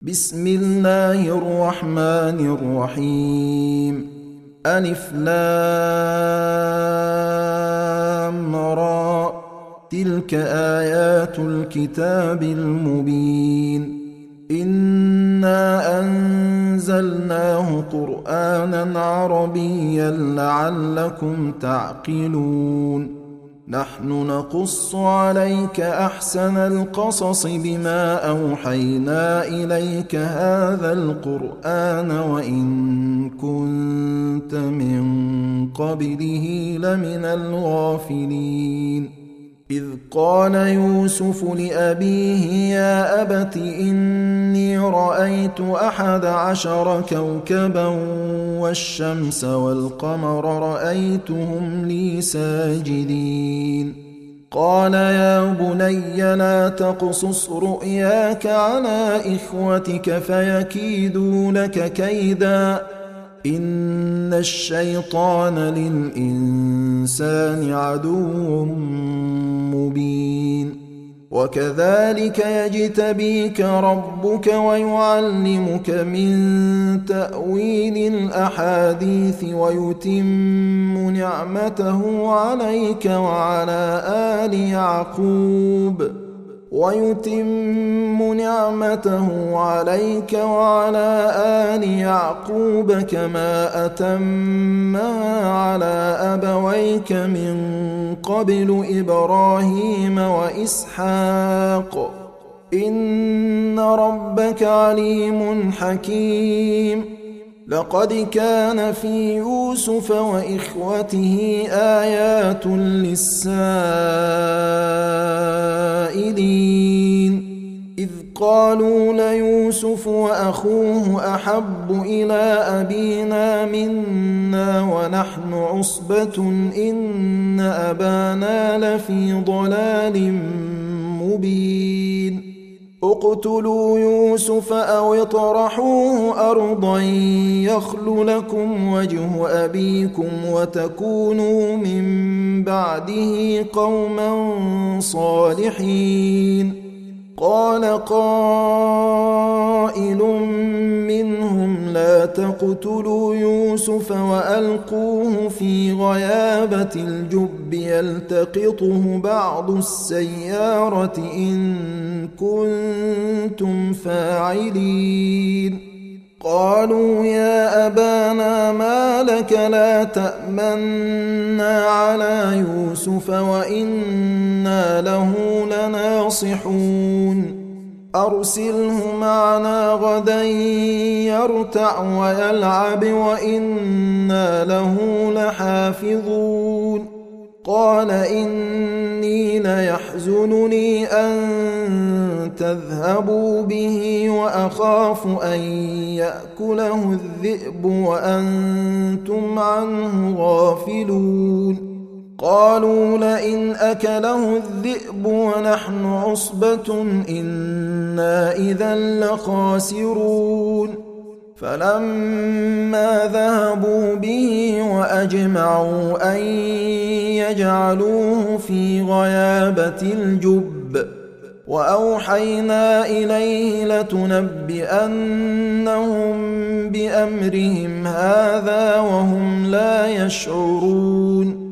بسم الله الرحمن الرحيم. ألف لام را، تلك آيات الكتاب المبين. إنا أنزلناه قرآنا عربيا لعلكم تعقلون. نحن نقص عليك أحسن القصص بما أوحينا إليك هذا القرآن وإن كنت من قبله لمن الغافلين. إذ قال يوسف لأبيه يا أبت إني رأيت 11 كوكبا والشمس والقمر رأيتهم لي ساجدين. قال يا بني لا تقصص رؤياك على إخوتك فيكيدوا لك كيدا إن الشيطان للإنسان عدو مبين. وكذلك يجتبيك ربك ويعلمك من تأويل الأحاديث ويتم نعمته عليك وعلى آل يعقوب كما أتمها على أبويك من قبل إبراهيم وإسحاق إن ربك عليم حكيم. لقد كان في يوسف وإخوته آيات للسائلين إذ قالوا ليوسف وأخوه أحب إلى أبينا منا ونحن عصبة إن أبانا لفي ضلال مبين. اقتلوا يوسف أو اطرحوه أرضا يخل لكم وجه أبيكم وتكونوا من بعده قوما صالحين. قال قائل منهم لا تقتلوا يوسف وألقوه في غيابة الجب يلتقطه بعض السيارة إن كنتم فاعلين. قالوا يا أبانا ما لك لا تأمنا على يوسف وإنا له لناصحون. أرسله معنا غدا يرتع ويلعب وإنا له لحافظون. قال إني ليحزنني أن تذهبوا به وأخاف أن يأكله الذئب وأنتم عنه غافلون. قالوا لئن أكله الذئب ونحن عصبة إنا إذا لخاسرون. فلما ذهبوا به وأجمعوا أن يجعلوه في غيابة الجب وأوحينا إليه لتنبئنهم بأمرهم هذا وهم لا يشعرون.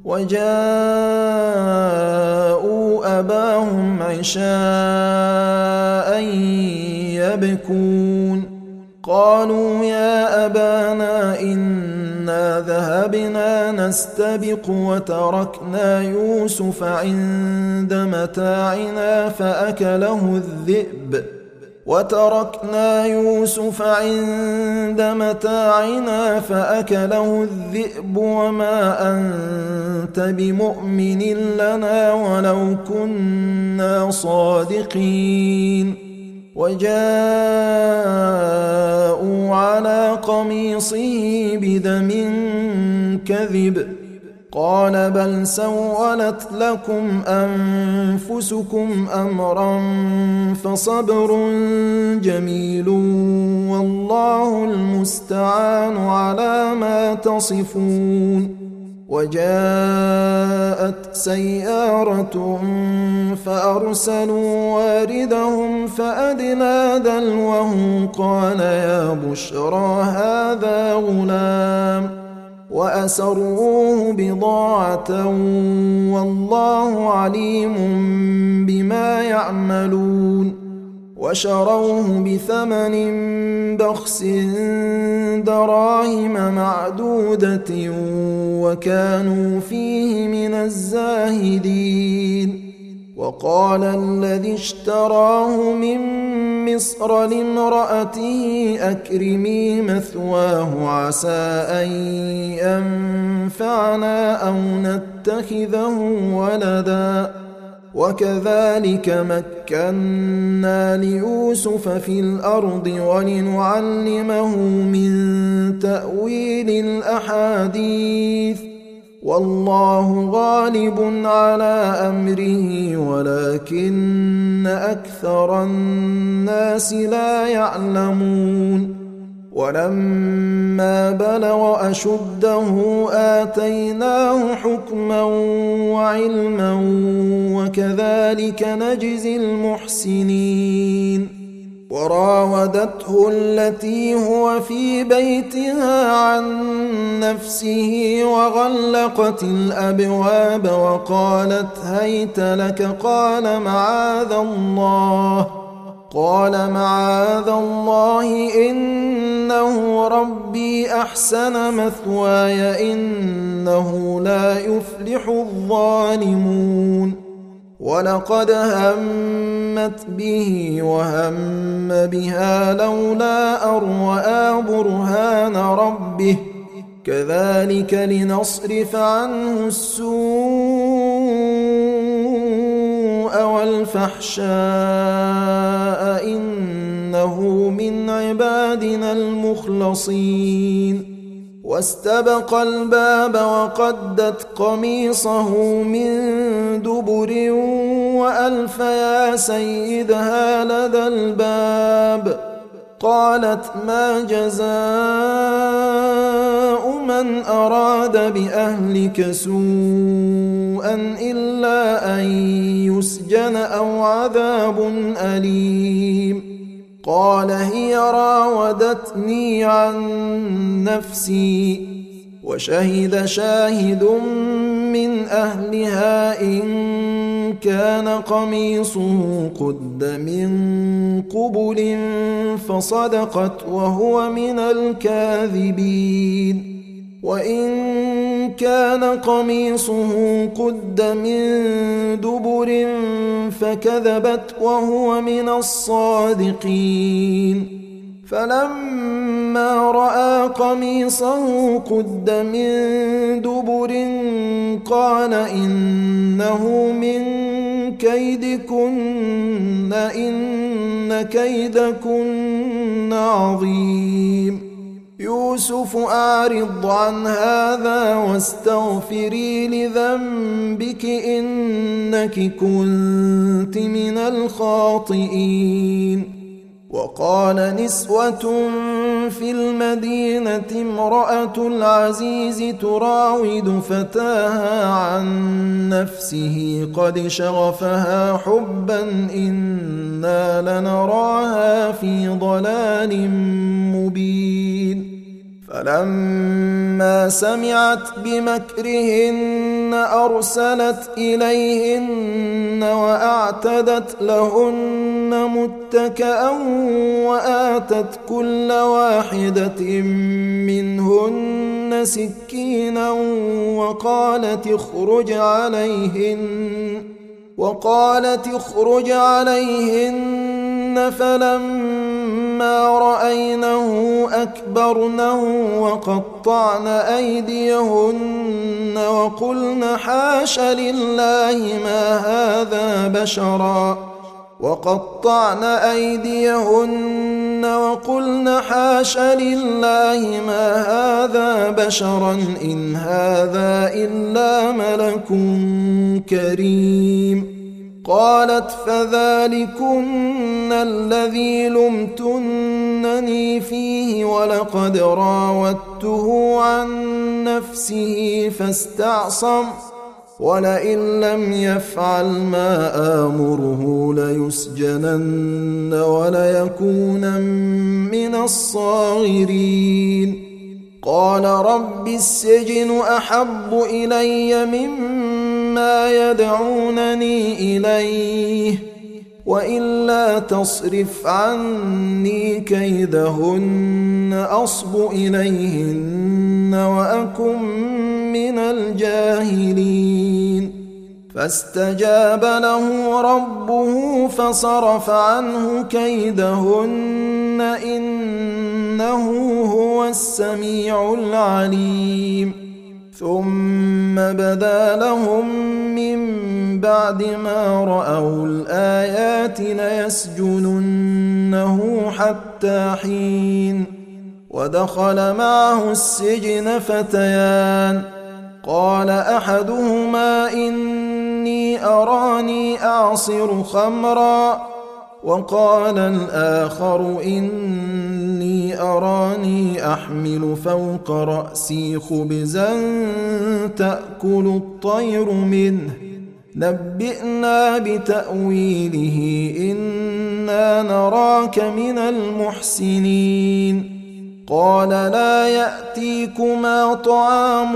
وجاءوا أباهم عشاء يبكون. قالوا يا أبانا إنا ذهبنا نستبق وتركنا يوسف عند متاعنا فأكله الذئب وما أنت بمؤمن لنا ولو كنا صادقين. وجاءوا على قميصه بدم كذب. قال بل سولت لكم أنفسكم أمرا فصبر جميل والله المستعان على ما تصفون. وجاءت سيارة فأرسلوا واردهم فأدلى دلوه قال يا بشرى هذا غلام وأسروه بضاعة والله عليم بما يعملون وشروه بثمن بخس دراهم معدودة وكانوا فيه من الزاهدين وقال الذي اشتراه من مصر لامرأته أكرمي مثواه عسى أن ينفعنا أو نتخذه ولدا وكذلك مكنا ليوسف في الأرض ولنعلمه من تأويل الأحاديث والله غالب على أمره ولكن أكثر الناس لا يعلمون ولما بلغ أشده آتيناه حكما وعلما وكذلك نجزي المحسنين وراودته التي هو في بيتها عن نفسه وغلقت الأبواب وقالت هيت لك قال معاذ الله إنه ربي أحسن مثواي إنه لا يفلح الظالمون ولقد همت به وهم بها لولا أن رأى برهان ربه كذلك لنصرف عنه السوء والفحشاء إنه من عبادنا المخلصين واستبق الباب وقدت قميصه من دبر وألف يا سيدها لدى الباب قالت ما جزاء من أراد بأهلك سوءا إلا أن يسجن أو عذاب أليم قال هي راودتني عن نفسي وشهد شاهد من أهلها إن كان قميصه قد من قبل فصدقت وهو من الكاذبين وإن كان قميصه قد من دبر فكذبت وهو من الصادقين فلما رأى قميصه قد من دبر قال إنه من كيدكن إن كيدكن عظيم يوسف أعرض عن هذا واستغفري لذنبك إنك كنت من الخاطئين وقال نسوة في المدينة امرأة العزيز تراود فتاها عن نفسه قد شغفها حبا إنا لنراها في ضلال مبين فلما سمعت بمكرهن أرسلت إليهن وأعتدت لهن متكأ وآتت كل واحدة منهن سكينا وقالت اخرج عليهن فلما رأينه أكبرنه وقطعن أيديهن وقلن حاش لله ما هذا بشرا إن هذا إلا ملك كريم قالت فذلكن الذي لمتنني فيه ولقد راودته عن نفسه فاستعصم ولئن لم يفعل ما آمره ليسجنن وليكونن من الصاغرين قال رب السجن أحب إلي مما يدعونني إليه وإلا تصرف عني كيدهن أصب إليهن وأكن من الجاهلين فاستجاب له ربه فصرف عنه كيدهن إنه هو السميع العليم ثم بدا لهم من بعد ما رأوا الآيات ليسجننه حتى حين ودخل معه السجن فتيان قال أحدهما إني أراني أعصر خمرا وقال الآخر إني أراني أحمل فوق رأسي خبزا تأكل الطير منه نبئنا بتأويله إنا نراك من المحسنين قال لا يأتيكما طعام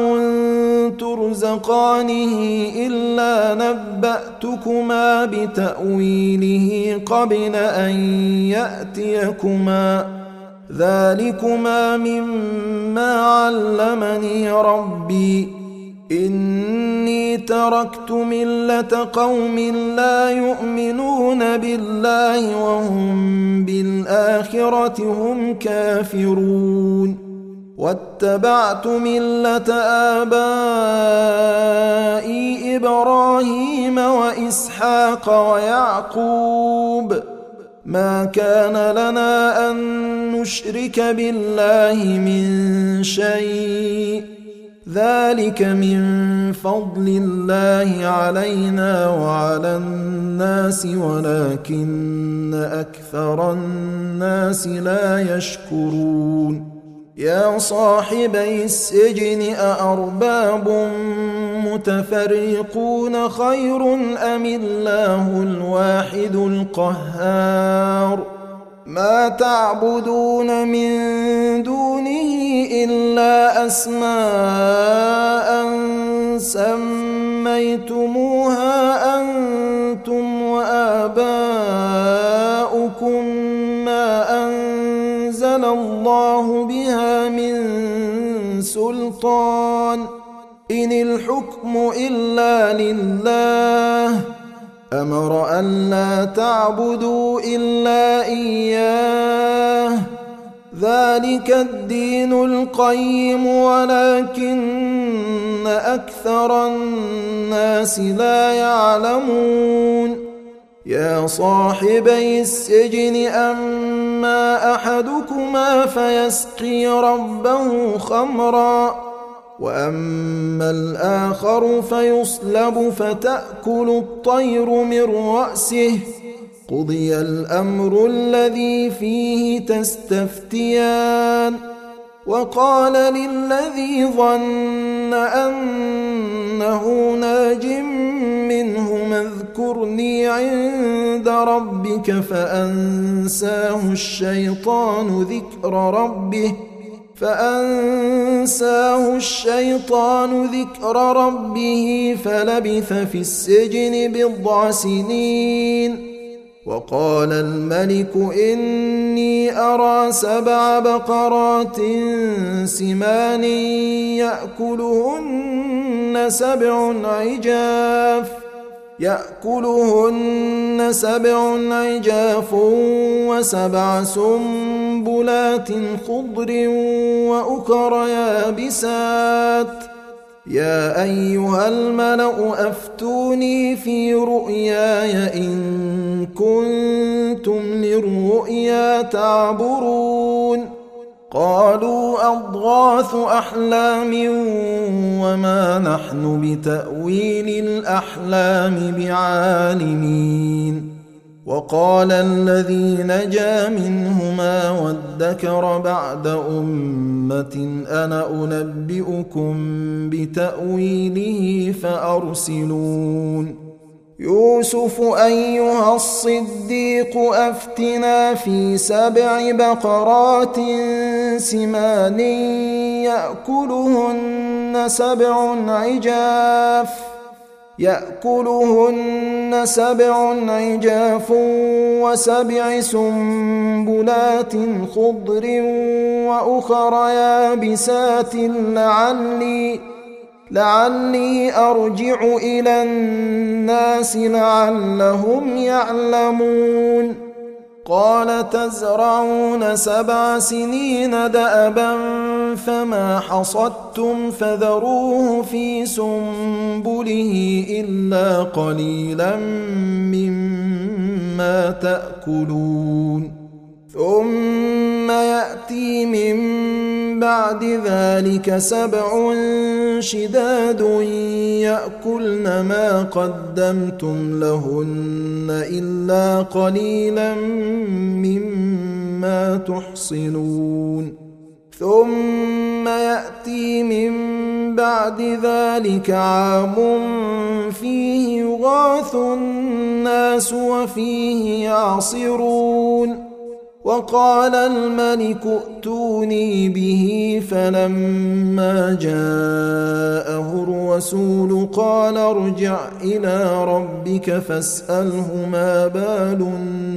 ترزقانه إلا نبأتكما بتأويله قبل أن يأتيكما ذلكما مما علمني ربي إني تركت ملة قوم لا يؤمنون بالله وهم بالآخرة هم كافرون واتبعت ملة آبائي إبراهيم وإسحاق ويعقوب ما كان لنا أن نشرك بالله من شيء ذلك من فضل الله علينا وعلى الناس ولكن أكثر الناس لا يشكرون يا صاحبي السجن أأرباب متفرقون خير أم الله الواحد القهار ما تعبدون من دونه إلا أسماء سميتموها أنتم وآباؤكم ما أنزل الله بها من سلطان إن الحكم إلا لله أمر ألا تعبدوا إلا إياه ذلك الدين القيم ولكن أكثر الناس لا يعلمون يا صاحبي السجن أما أحدكما فيسقي ربه خمرا وأما الآخر فيصلب فتأكل الطير من رأسه قضي الأمر الذي فيه تستفتيان وقال للذي ظن أنه ناج منه اذكرني عند ربك فأنساه الشيطان ذكر ربه فلبث في السجن 10 سنين وقال الملك إني أرى 7 بقرات سمان يأكلهن 7 عجاف و7 سنبلات خضر وأخر يابسات يا أيها الملأ أفتوني في رؤياي إن كنتم للرؤيا تعبرون قالوا أضغاث أحلام وما نحن بتأويل الأحلام بعالمين. وقال الذي نجا منهما وادكر بعد أمة أنا أنبئكم بتأويله فأرسلون. يوسف أيها الصديق أفتنا في 7 بقرات سمان يأكلهن 7 عجاف و7 سنبلات خضر وأخر يابسات لعلي أرجع إلى الناس لعلهم يعلمون. قال تزرعون 7 سنين دأبا فما حصدتم فذروه في سنبله إلا قليلا مما تأكلون. ثم يأتي من بعد ذلك 7 شداد يأكلن ما قدمتم لهن إلا قليلا مما تحصنون. ثم يأتي من بعد ذلك عام فيه يغاث الناس وفيه يعصرون. وقال الملك ائتوني به فلما جاءه الرسول قال ارجع إلى ربك فاسأله ما بال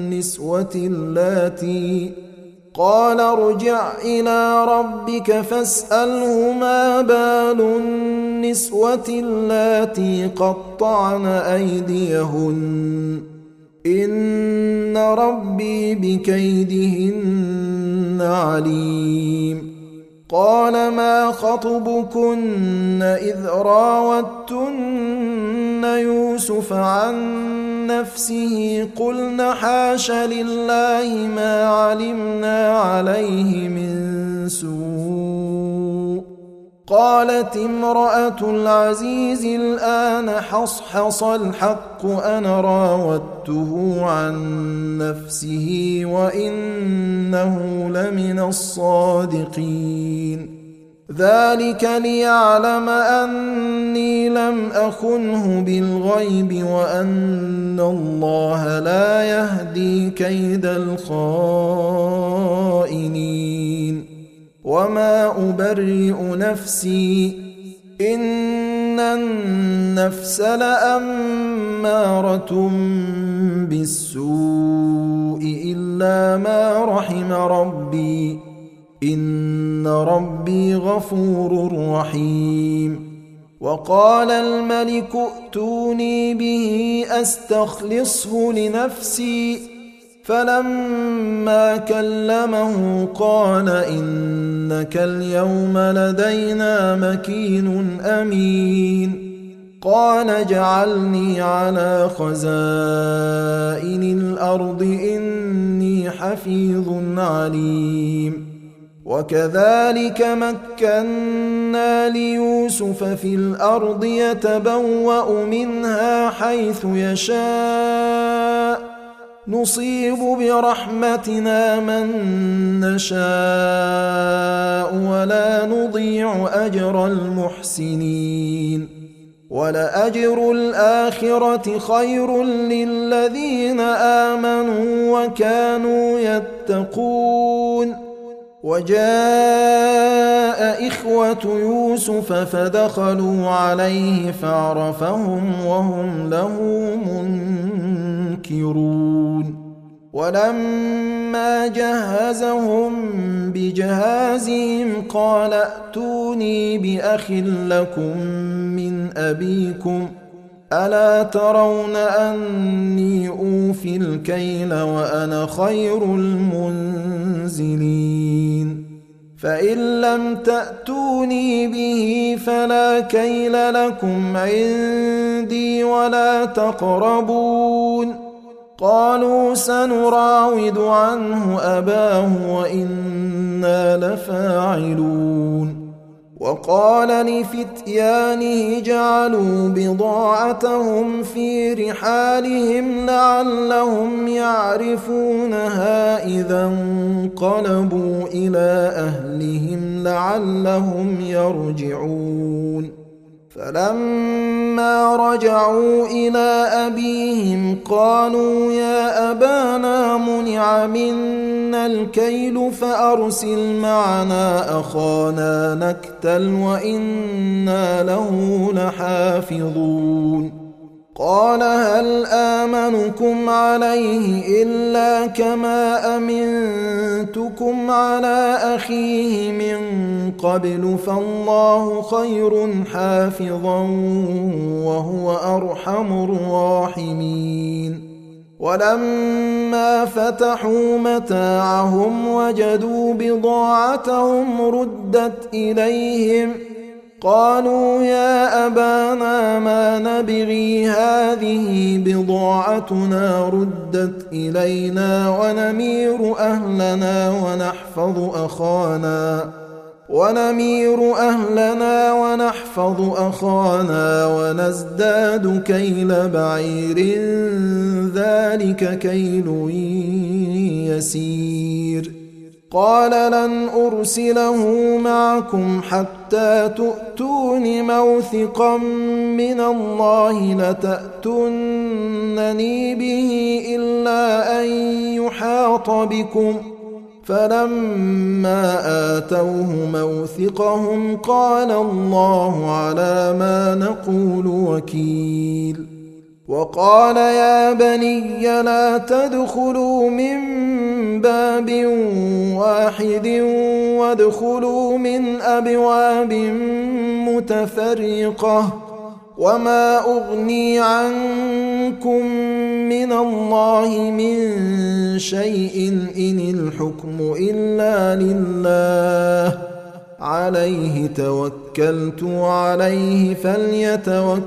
النسوة اللاتي قطعن أيديهن إن ربي بكيدهن عليم. قال ما خطبكن إذ راوتن يوسف عن نفسه قلن حاش لله ما علمنا عليه من سوء. قالت امرأة العزيز الآن حصحص الحق أنا راودته عن نفسه وإنه لمن الصادقين. ذلك ليعلم أني لم أخنه بالغيب وأن الله لا يهدي كيد الخائنين. وما أبرئ نفسي إن النفس لأمارة بالسوء إلا ما رحم ربي إن ربي غفور رحيم. وقال الملك ائتوني به أستخلصه لنفسي فلما كلمه قال إنك اليوم لدينا مكين أمين. قال اجعلني على خزائن الأرض إني حفيظ عليم. وكذلك مكنا ليوسف في الأرض يتبوأ منها حيث يشاء نصيب برحمتنا من نشاء ولا نضيع أجر المحسنين. ولأجر الآخرة خير للذين آمنوا وكانوا يتقون. وجاء إخوة يوسف فدخلوا عليه فعرفهم وهم له منكرون. ولما جهزهم بجهازهم قال ائتوني بأخ لكم من أبيكم ألا ترون أني أوفي الكيل وأنا خير المنزلين. فإن لم تأتوني به فلا كيل لكم عندي ولا تقربون. قالوا سنراود عنه أباه وإنا لفاعلون وقال لفتيانه جعلوا بضاعتهم في رحالهم لعلهم يعرفونها إذا انقلبوا إلى أهلهم لعلهم يرجعون فلما رجعوا إلى أبيهم قالوا يا أبانا منع منا الكيل فأرسل معنا أخانا نكتل وإنا له لحافظون قال هل آمنكم عليه إلا كما أمنتكم على أخيه من قبل فالله خير حافظا وهو أرحم الراحمين ولما فتحوا متاعهم وجدوا بضاعتهم ردت إليهم قالوا يا أبانا ما نبغي هذه بضاعتنا ردت إلينا ونمير أهلنا ونحفظ أخانا ونزداد كيل بعير ذلك كيل يسير قال لن أرسله معكم حتى تؤتون موثقا من الله لتأتونني به إلا أن يحاط بكم فلما آتوه موثقهم قال الله على ما نقول وكيل وقال يا بني لا تدخلوا من باب واحد وادخلوا من أبواب متفرقة وما أغني عنكم من الله من شيء إن الحكم إلا لله عليه توكلت وعليه فليتوكل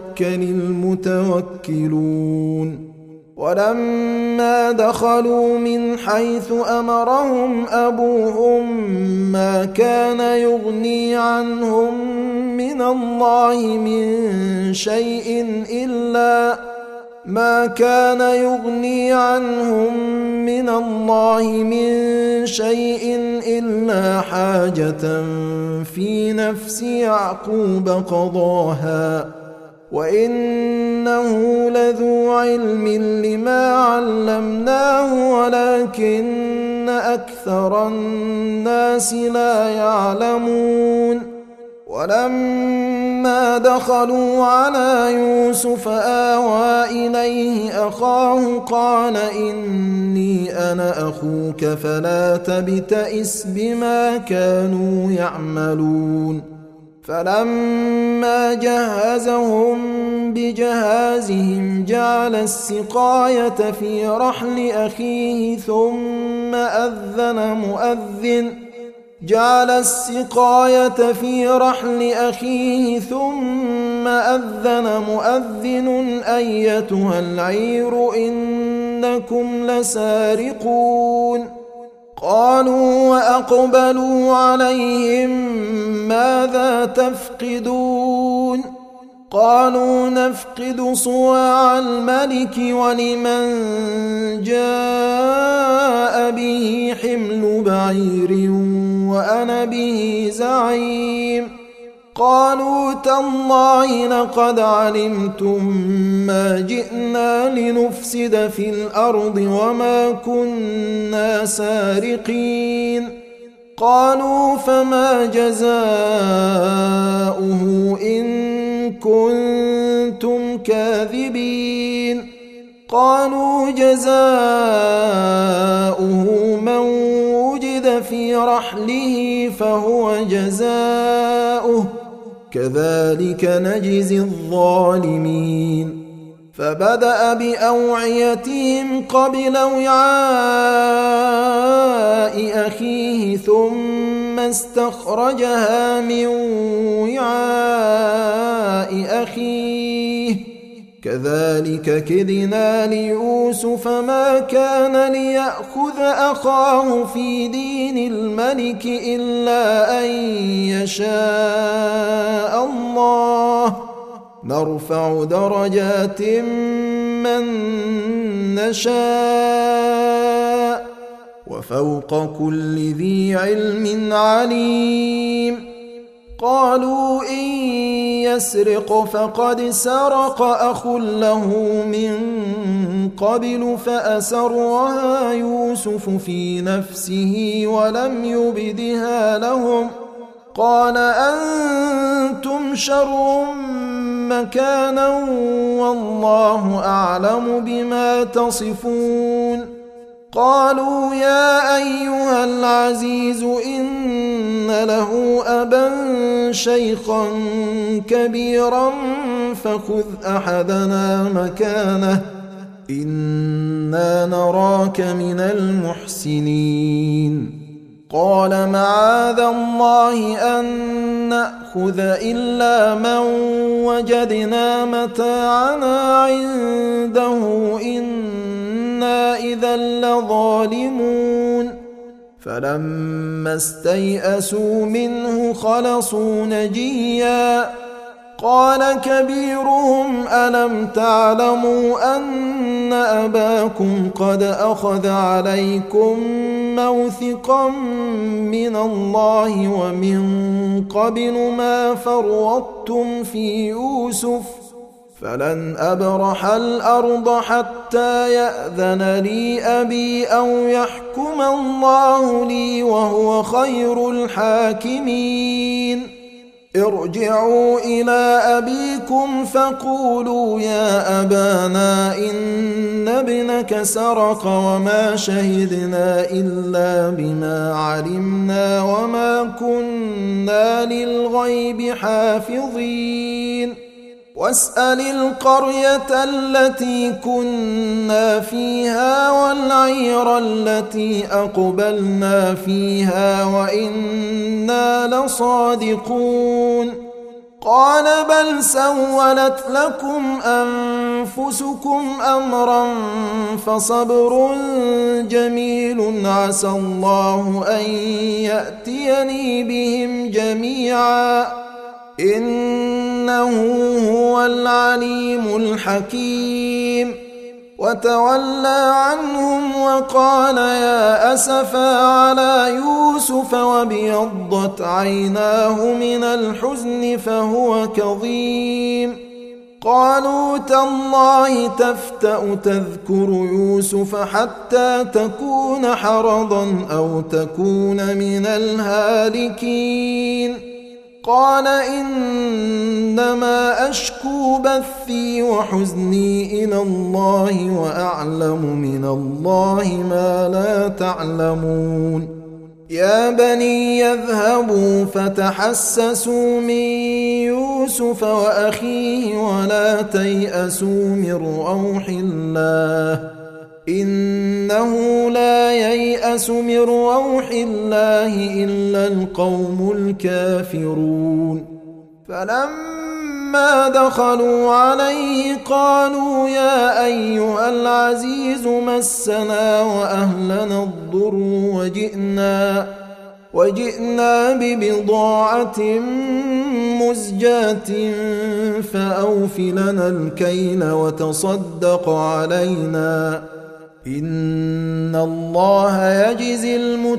المتوكلون ولما دخلوا من حيث أمرهم أبوهم ما كان يغني عنهم من الله من شيء إلا حاجة في نفس يعقوب قضاها وإنه لذو علم لما علمناه ولكن أكثر الناس لا يعلمون ولما دخلوا على يوسف آوى إليه أخاه قال إني أنا أخوك فلا تبتئس بما كانوا يعملون فلما جهزهم بجهازهم جعل السقاية في رحل أخيه ثم أذن مؤذن أيتها العير إنكم لسارقون قالوا وأقبلوا عليهم ماذا تفقدون قالوا نفقد صواع الملك ولمن جاء به حمل بعير وأنا به زعيم قالوا تالله لقد علمتم ما جئنا لنفسد في الأرض وما كنا سارقين قالوا فما جزاؤه إن كنتم كاذبين قالوا جزاؤه من وجد في رحله فهو جزاؤه كذلك نجزي الظالمين فبدأ بأوعيتهم قبل وعاء أخيه ثم استخرجها من وعاء أخيه كذلك كدنا ليوسف ما كان ليأخذ أخاه في دين الملك إلا أن يشاء الله نرفع درجات من نشاء وفوق كل ذي علم عليم قالوا إن يسرق فقد سرق أخ له من قبل فأسرها يوسف في نفسه ولم يبدها لهم قال أنتم شر مكانا والله أعلم بما تصفون قالوا يا أيها العزيز إن له أبا شيخا كبيرا فخذ أحدنا مكانه إنا نراك من المحسنين قال معاذ الله أن نأخذ إلا من وجدنا متاعنا عنده إنا إذا لظالمون فلما استيئسوا منه خلصوا نجيا قال كبيرهم ألم تعلموا أن أباكم قد أخذ عليكم موثقا من الله ومن قبل ما فرطتم في يوسف فلن أبرح الأرض حتى يأذن لي أبي أو يحكم الله لي وهو خير الحاكمين ارجعوا إلى أبيكم فقولوا يا أبانا إن ابنك سرق وما شهدنا إلا بما علمنا وما كنا للغيب حافظين واسأل القرية التي كنا فيها والعير التي أقبلنا فيها وإنا لصادقون قال بل سولت لكم أنفسكم أمرا فصبر جميل عسى الله أن يأتيني بهم جميعا إنه هو العليم الحكيم وتولى عنهم وقال يا أسفا على يوسف وابيضت عيناه من الحزن فهو كظيم قالوا تالله تفتأ تذكر يوسف حتى تكون حرضا أو تكون من الهالكين قال إنما أشكو بثي وحزني إلى الله وأعلم من الله ما لا تعلمون يا بني يذهبوا فتحسسوا من يوسف وأخيه ولا تيأسوا من روح الله إنه لا ييأس من روح الله إلا القوم الكافرون فلما دخلوا عليه قالوا يا أيها العزيز مسنا وأهلنا الضر وجئنا ببضاعة مزجاة فأوف لنا الكيل وتصدق علينا إن الله يجزي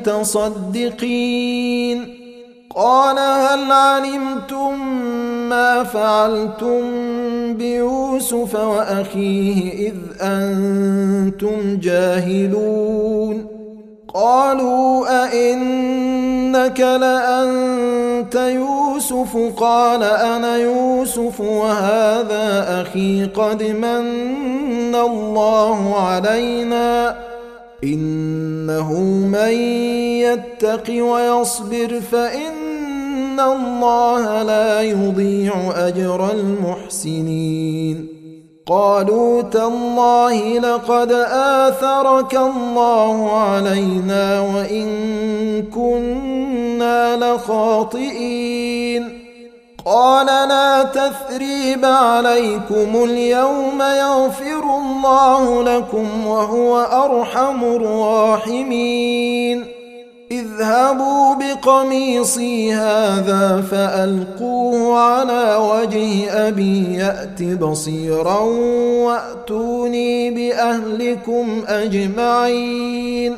المتصدقين قال هل علمتم ما فعلتم بيوسف وأخيه إذ أنتم جاهلون قالوا أئنك لأنت يوسف قال أنا يوسف وهذا أخي قد من الله علينا إنه من يتق ويصبر فإن الله لا يضيع أجر المحسنين قالوا تالله لقد آثرك الله علينا وإن كنا لخاطئين قال لا تثريب عليكم اليوم يغفر الله لكم وهو أرحم الراحمين اذهبوا بقميصي هذا فألقوه على وجه أبي يأت بصيرا وأتوني بأهلكم أجمعين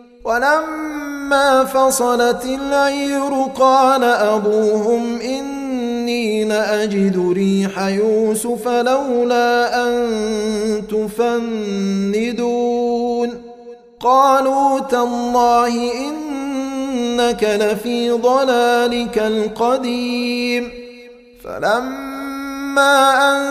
ولما فصلت العير قال أبوهم إني لأجد ريح يوسف لولا أن تفندون قالوا تالله إنك لفي ضلالك القديم فلما أن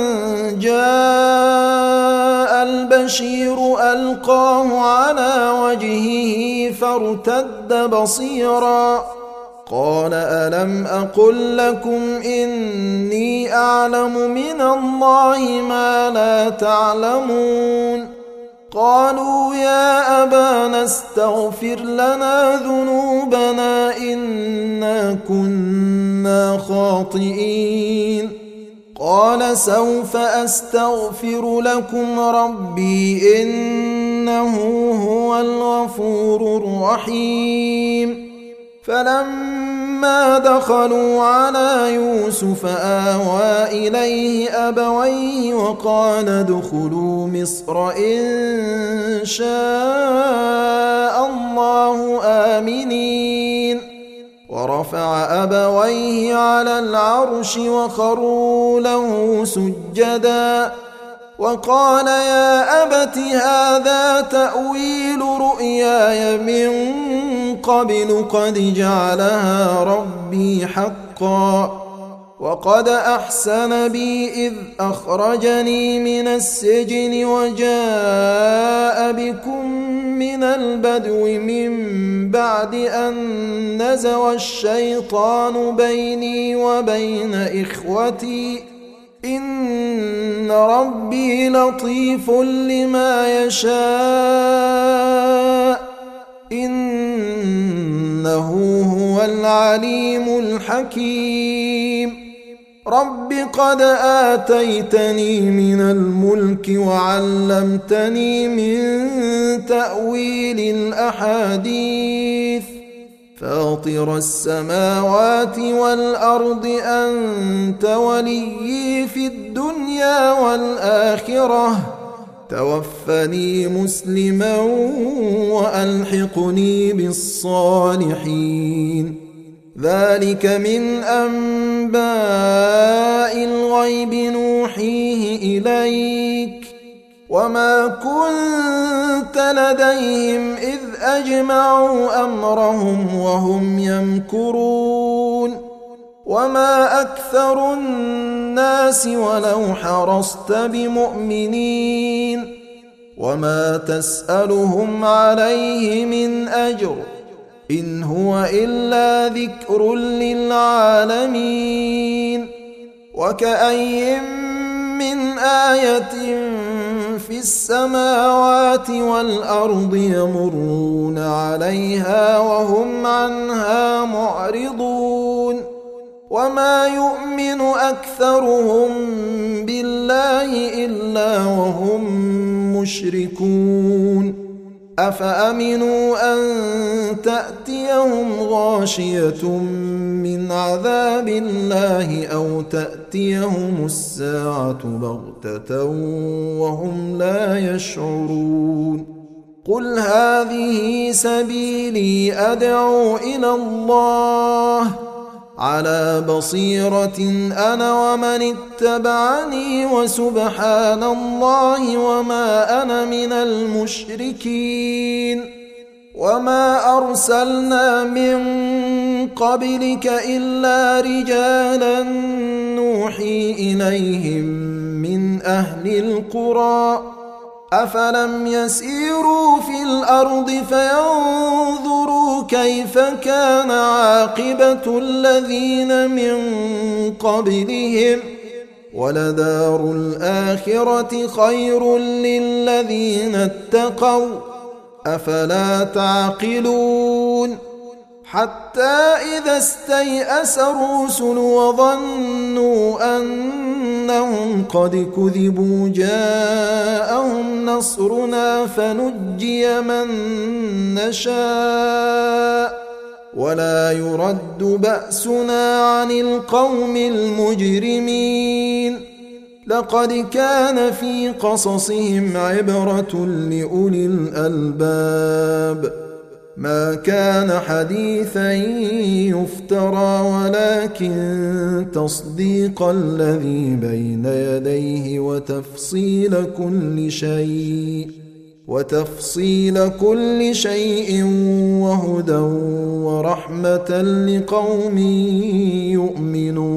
جاء البشير ألقاه على وجهه فارتد بصيرا قال ألم أقل لكم إني أعلم من الله ما لا تعلمون قالوا يا أبانا استغفر لنا ذنوبنا إنا كنا خاطئين قال سوف أستغفر لكم ربي إنه هو الغفور الرحيم فلما دخلوا على يوسف آوى إليه أبويه وقال ادخلوا مصر إن شاء الله آمنين ورفع أبويه على العرش وخروا له سجدا وقال يا أبت هذا تأويل رؤياي من قبل قد جعلها ربي حقا وقد أحسن بي إذ أخرجني من السجن وجاء بكم من البدو من بعد أن نزغ الشيطان بيني وبين إخوتي إن ربي لطيف لما يشاء إنه هو العليم الحكيم رب قد آتيتني من الملك وعلمتني من تأويل الأحاديث فاطر السماوات والأرض أنت وليي في الدنيا والآخرة توفني مسلما وألحقني بالصالحين ذلك من أنباء الغيب نوحيه إليك وما كنت لديهم إذ أجمعوا أمرهم وهم يمكرون وما أكثر الناس ولو حرصت بمؤمنين وما تسألهم عليه من أجر إن هو إلا ذكر للعالمين وكأي من آية في السماوات والأرض يمرون عليها وهم عنها معرضون وما يؤمن أكثرهم بالله إلا وهم مشركون أفأمنوا أن تأتيهم غاشية من عذاب الله أو تأتيهم الساعة بغتة وهم لا يشعرون قل هذه سبيلي أدعو إلى الله على بصيرة أنا ومن اتبعني وسبحان الله وما أنا من المشركين وما أرسلنا من قبلك إلا رجالا نوحي إليهم من أهل القرى أفلم يسيروا في الأرض فينظروا كيف كان عاقبة الذين من قبلهم ولدار الآخرة خير للذين اتقوا أفلا تعقلون حتى إذا استيأس الرسل وظنوا أنهم قد كذبوا جاءهم نصرنا فنجي من نشاء ولا يرد بأسنا عن القوم المجرمين. لقد كان في قصصهم عبرة لأولي الألباب ما كان حديثا يفترى ولكن تصديق الذي بين يديه وتفصيل كل شيء وهدى ورحمة لقوم يؤمنون.